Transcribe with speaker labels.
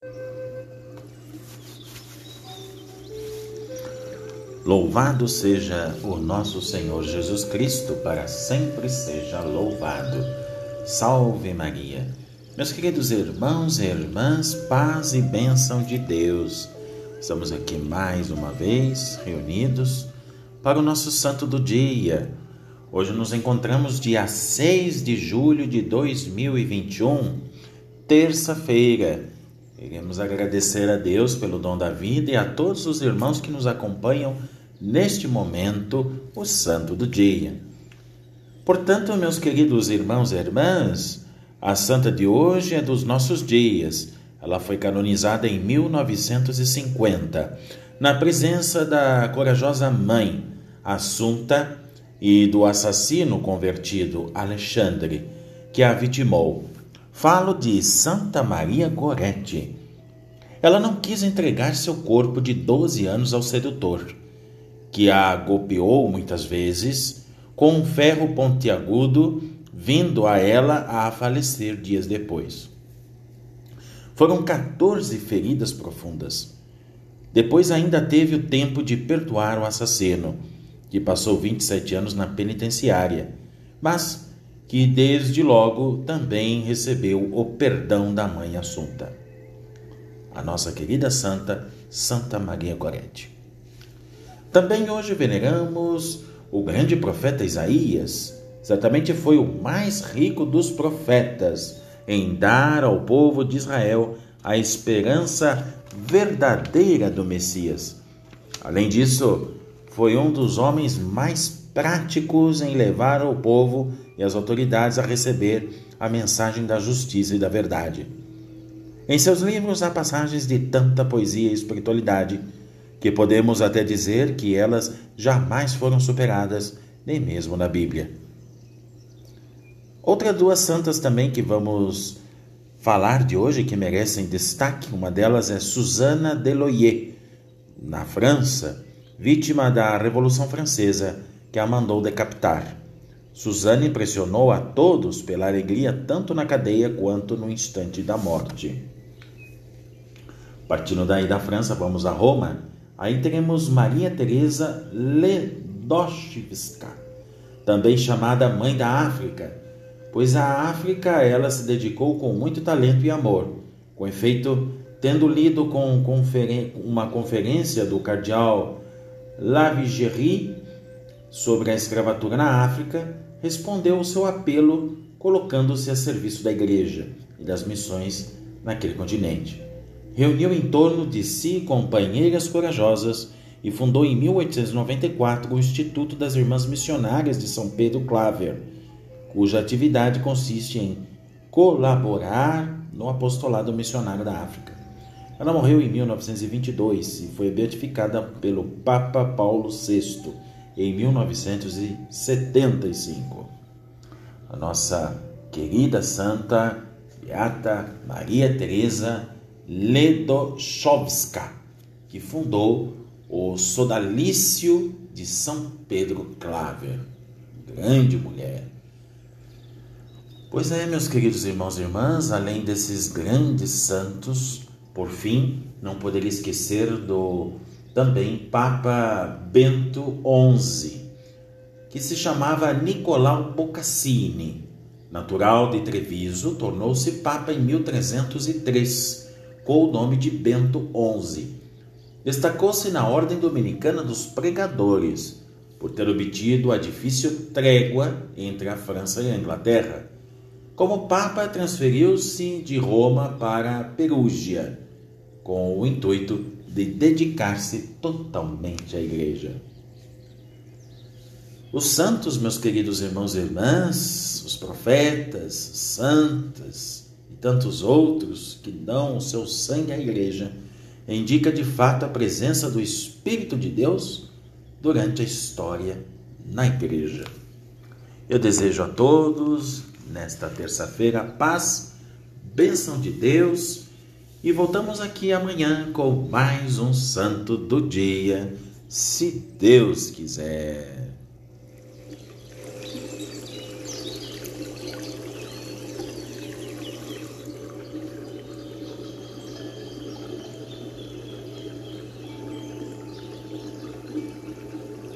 Speaker 1: Louvado seja o nosso Senhor Jesus Cristo, para sempre seja louvado. Salve Maria! Meus queridos irmãos e irmãs, paz e bênção de Deus. Estamos aqui mais uma vez reunidos para o nosso santo do dia. Hoje nos encontramos dia 6 de julho de 2021, terça-feira. Queremos agradecer a Deus pelo dom da vida e a todos os irmãos que nos acompanham neste momento, o santo do dia. Portanto, meus queridos irmãos e irmãs, a santa de hoje é dos nossos dias. Ela foi canonizada em 1950, na presença da corajosa mãe, Assunta, e do assassino convertido, Alexandre, que a vitimou. Falo de Santa Maria Goretti. Ela não quis entregar seu corpo de 12 anos ao sedutor, que a golpeou muitas vezes com um ferro pontiagudo, vindo a ela a falecer dias depois. Foram 14 feridas profundas. Depois ainda teve o tempo de perdoar o assassino, que passou 27 anos na penitenciária, mas que desde logo também recebeu o perdão da mãe Assunta. A nossa querida santa, Santa Maria Goretti. Também hoje veneramos o grande profeta Isaías. Certamente foi o mais rico dos profetas em dar ao povo de Israel a esperança verdadeira do Messias. Além disso, foi um dos homens mais práticos em levar o povo e as autoridades a receber a mensagem da justiça e da verdade. Em seus livros há passagens de tanta poesia e espiritualidade que podemos até dizer que elas jamais foram superadas, nem mesmo na Bíblia. Outras duas santas também que vamos falar de hoje, que merecem destaque, uma delas é Suzana de Loyer, na França, vítima da Revolução Francesa, que a mandou decapitar. Suzana impressionou a todos pela alegria tanto na cadeia quanto no instante da morte. Partindo daí da França, vamos a Roma. Aí teremos Maria Teresa Ledochowska, também chamada Mãe da África, pois a África ela se dedicou com muito talento e amor. Com efeito, tendo lido com uma conferência do cardeal Lavigéry sobre a escravatura na África, respondeu ao seu apelo colocando-se a serviço da Igreja e das missões naquele continente. Reuniu em torno de si companheiras corajosas e fundou em 1894 o Instituto das Irmãs Missionárias de São Pedro Claver, cuja atividade consiste em colaborar no apostolado missionário da África. Ela morreu em 1922 e foi beatificada pelo Papa Paulo VI em 1975. A nossa querida santa beata Maria Teresa Ledochowska, que fundou o Sodalício de São Pedro Claver. Grande mulher. Pois é, meus queridos irmãos e irmãs, além desses grandes santos, por fim, não poderia esquecer do também Papa Bento XI, que se chamava Nicolau Boccassini. Natural de Treviso, tornou-se Papa em 1303, com o nome de Bento XI. Destacou-se na Ordem Dominicana dos Pregadores, por ter obtido a difícil trégua entre a França e a Inglaterra. Como Papa, transferiu-se de Roma para Perúgia, com o intuito de dedicar-se totalmente à Igreja. Os santos, meus queridos irmãos e irmãs, os profetas, santas e tantos outros que dão o seu sangue à Igreja, indica de fato a presença do Espírito de Deus durante a história na Igreja. Eu desejo a todos, nesta terça-feira, paz, bênção de Deus, e voltamos aqui amanhã com mais um santo do dia, se Deus quiser.